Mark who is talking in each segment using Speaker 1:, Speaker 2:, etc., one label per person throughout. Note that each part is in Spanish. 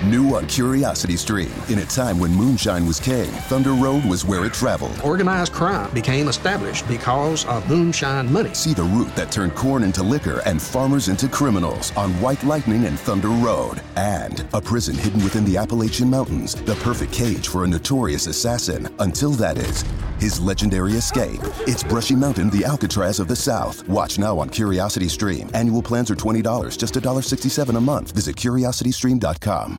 Speaker 1: New on Curiosity Stream. In a time when moonshine was king, Thunder Road was where it traveled.
Speaker 2: Organized crime became established because of moonshine money.
Speaker 1: See the route that turned corn into liquor and farmers into criminals on White Lightning and Thunder Road. And a prison hidden within the Appalachian Mountains, the perfect cage for a notorious assassin. Until that is his legendary escape. It's Brushy Mountain, the Alcatraz of the South. Watch now on Curiosity Stream. Annual plans are $20, just $1.67 a month. Visit curiositystream.com.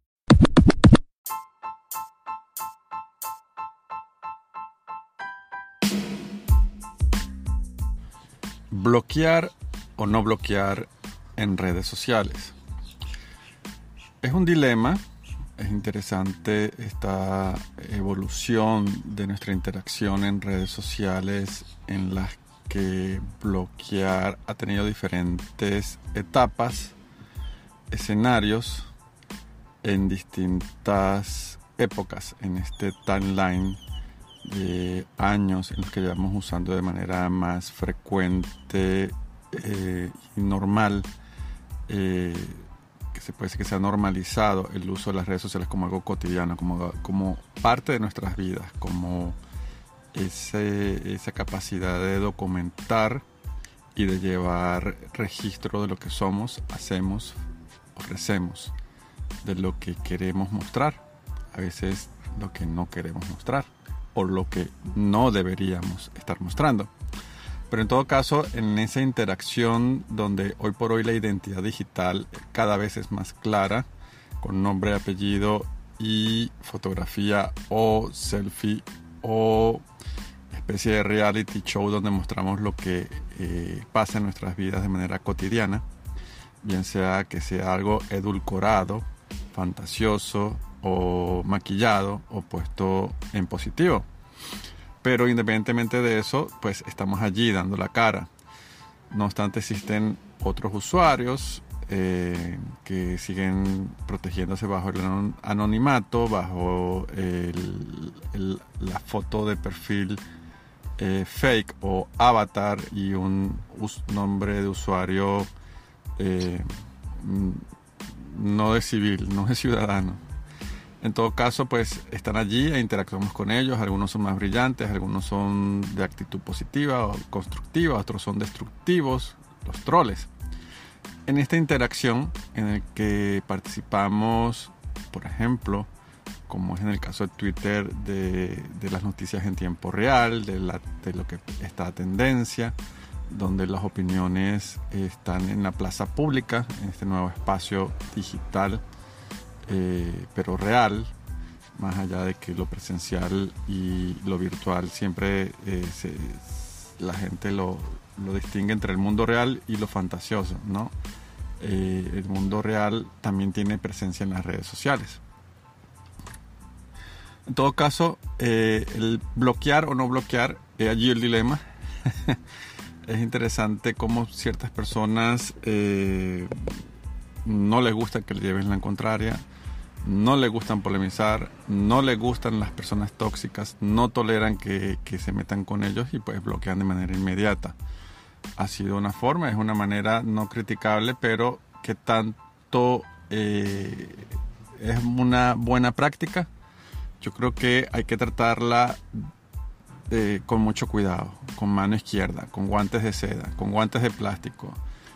Speaker 3: Bloquear o no bloquear en redes sociales. Es un dilema. Es interesante esta evolución de nuestra interacción en redes sociales en las que bloquear ha tenido diferentes etapas, escenarios en distintas épocas en este timeline de años en los que llevamos usando de manera más frecuente y normal, que se puede decir que se ha normalizado el uso de las redes sociales como algo cotidiano, como parte de nuestras vidas, como esa capacidad de documentar y de llevar registro de lo que somos, hacemos, ofrecemos, de lo que queremos mostrar, a veces lo que no queremos mostrar o lo que no deberíamos estar mostrando. Pero en todo caso, en esa interacción donde hoy por hoy la identidad digital cada vez es más clara, con nombre, apellido y fotografía o selfie o especie de reality show donde mostramos lo que pasa en nuestras vidas de manera cotidiana, bien sea que sea algo edulcorado, fantasioso o maquillado o puesto en positivo. Pero independientemente de eso, pues estamos allí dando la cara. No obstante, existen otros usuarios que siguen protegiéndose bajo el anonimato, bajo la foto de perfil fake o avatar y un nombre de usuario no de civil, no de ciudadano. En todo caso, pues están allí e interactuamos con ellos. Algunos son más brillantes, algunos son de actitud positiva o constructiva, otros son destructivos, los troles. En esta interacción en el que participamos, por ejemplo, como es en el caso de Twitter, de las noticias en tiempo real, de lo que está a tendencia, donde las opiniones están en la plaza pública, en este nuevo espacio digital, pero real, más allá de que lo presencial y lo virtual siempre la gente lo distingue entre el mundo real y lo fantasioso, ¿no? El mundo real también tiene presencia en las redes sociales. En todo caso, el bloquear o no bloquear, allí el dilema. Es interesante cómo ciertas personas no les gusta que le lleven la contraria, no les gustan polemizar, no les gustan las personas tóxicas, no toleran que se metan con ellos y pues bloquean de manera inmediata. Ha sido una forma, es una manera no criticable, pero que tanto es una buena práctica. Yo creo que hay que tratarla con mucho cuidado, con mano izquierda, con guantes de seda, con guantes de plástico.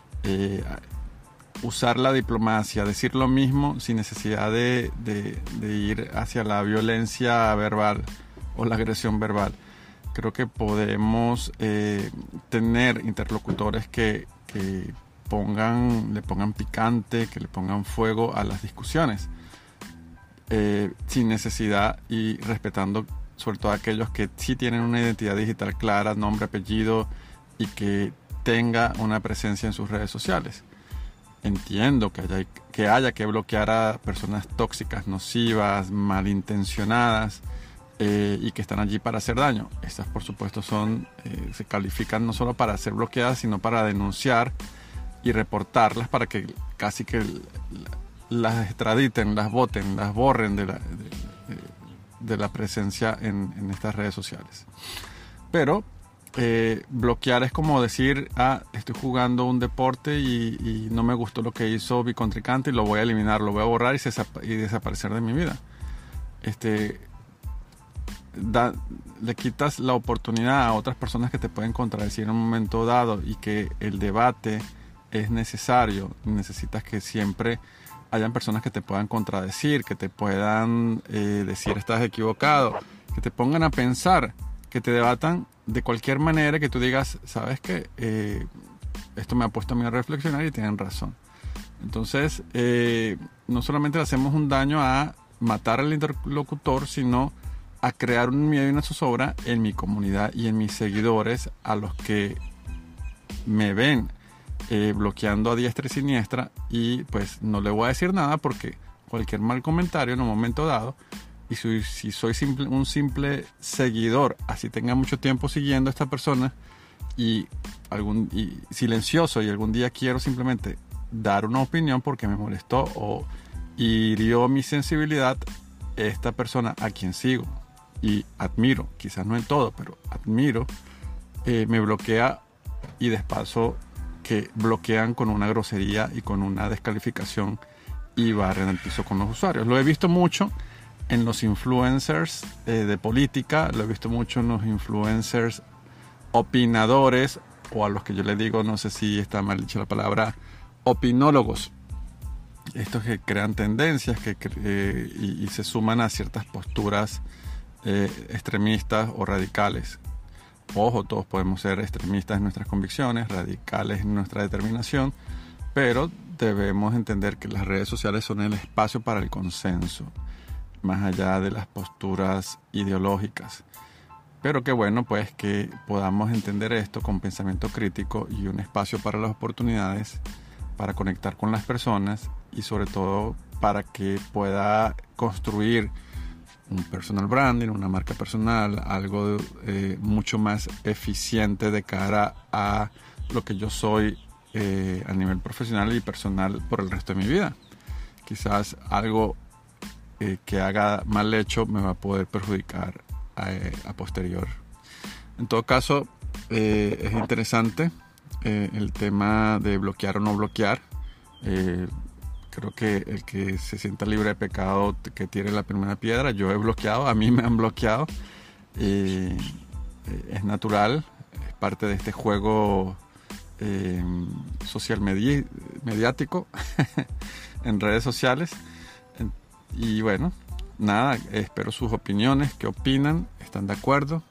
Speaker 3: Usar la diplomacia, decir lo mismo sin necesidad de ir hacia la violencia verbal o la agresión verbal. Creo que podemos tener interlocutores que le pongan picante, que le pongan fuego a las discusiones, sin necesidad y respetando sobre todo a aquellos que sí tienen una identidad digital clara, nombre, apellido y que tenga una presencia en sus redes sociales. Entiendo que haya que bloquear a personas tóxicas, nocivas, malintencionadas y que están allí para hacer daño. Estas, por supuesto, se califican no solo para ser bloqueadas, sino para denunciar y reportarlas para que casi que las extraditen, las voten, las borren de la presencia en estas redes sociales. Pero bloquear es como decir, estoy jugando un deporte y no me gustó lo que hizo mi contrincante y lo voy a eliminar, lo voy a borrar y desaparecer de mi vida. Le quitas la oportunidad a otras personas que te pueden contradecir en un momento dado, y que el debate es necesario. Necesitas que siempre hayan personas que te puedan contradecir, que te puedan decir estás equivocado, que te pongan a pensar, que te debatan de cualquier manera, que tú digas, sabes que esto me ha puesto a mí a reflexionar y tienen razón. Entonces no solamente le hacemos un daño a matar al interlocutor, sino a crear un miedo y una zozobra en mi comunidad y en mis seguidores, a los que me ven bloqueando a diestra y siniestra, y pues no le voy a decir nada, porque cualquier mal comentario en un momento dado, y si soy un simple seguidor, así tenga mucho tiempo siguiendo a esta persona y silencioso, y algún día quiero simplemente dar una opinión porque me molestó o hirió mi sensibilidad, esta persona a quien sigo y admiro, quizás no en todo, pero admiro, me bloquea, y de paso que bloquean con una grosería y con una descalificación y barren el piso con los usuarios. Lo he visto mucho en los influencers de política, lo he visto mucho en los influencers opinadores, o a los que yo le digo, no sé si está mal dicha la palabra, opinólogos. Estos que crean tendencias y se suman a ciertas posturas extremistas o radicales. Ojo, todos podemos ser extremistas en nuestras convicciones, radicales en nuestra determinación, pero debemos entender que las redes sociales son el espacio para el consenso, más allá de las posturas ideológicas. Pero qué bueno, pues, que podamos entender esto con pensamiento crítico y un espacio para las oportunidades, para conectar con las personas, y sobre todo para que pueda construir un personal branding, una marca personal, algo mucho más eficiente de cara a lo que yo soy a nivel profesional y personal por el resto de mi vida. Quizás algo que haga mal hecho me va a poder perjudicar a posterior. En todo caso, es interesante el tema de bloquear o no bloquear. Creo que el que se sienta libre de pecado que tire la primera piedra. Yo he bloqueado, a mí me han bloqueado. Es natural, es parte de este juego social mediático en redes sociales. Y bueno, nada, espero sus opiniones. ¿Qué opinan? ¿Están de acuerdo?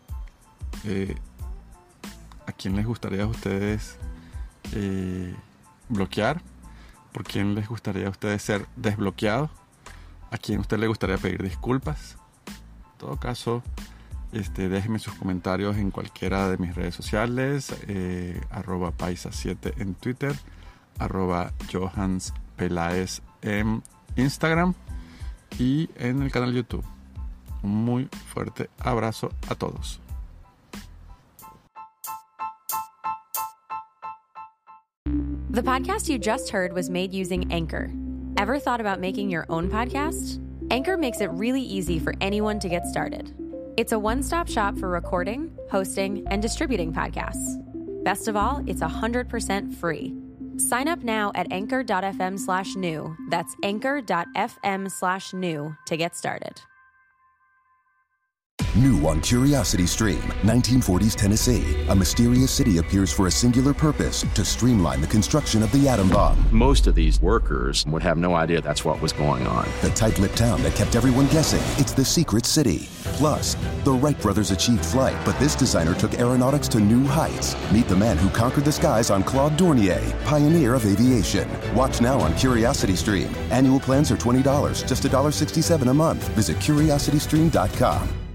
Speaker 3: ¿A quién les gustaría a ustedes bloquear? ¿Por quién les gustaría a ustedes ser desbloqueados? ¿A quién a usted le gustaría pedir disculpas? En todo caso, déjenme sus comentarios en cualquiera de mis redes sociales, @paisa7 en Twitter, @johanspelaez en Instagram y en el canal YouTube. Un muy fuerte abrazo a todos.
Speaker 4: The podcast you just heard was made using Anchor. Ever thought about making your own podcast? Anchor makes it really easy for anyone to get started. It's a one-stop shop for recording, hosting, and distributing podcasts. Best of all, it's 100% free. Sign up now at anchor.fm/new. That's anchor.fm/new to get started.
Speaker 1: New on Curiosity Stream, 1940s Tennessee. A mysterious city appears for a singular purpose: to streamline the construction of the atom bomb.
Speaker 5: Most of these workers would have no idea that's what was going on.
Speaker 1: The tight-lipped town that kept everyone guessing. It's the secret city. Plus, the Wright brothers achieved flight, but this designer took aeronautics to new heights. Meet the man who conquered the skies on Claude Dornier, pioneer of aviation. Watch now on Curiosity Stream. Annual plans are $20, just $1.67 a month. Visit curiositystream.com.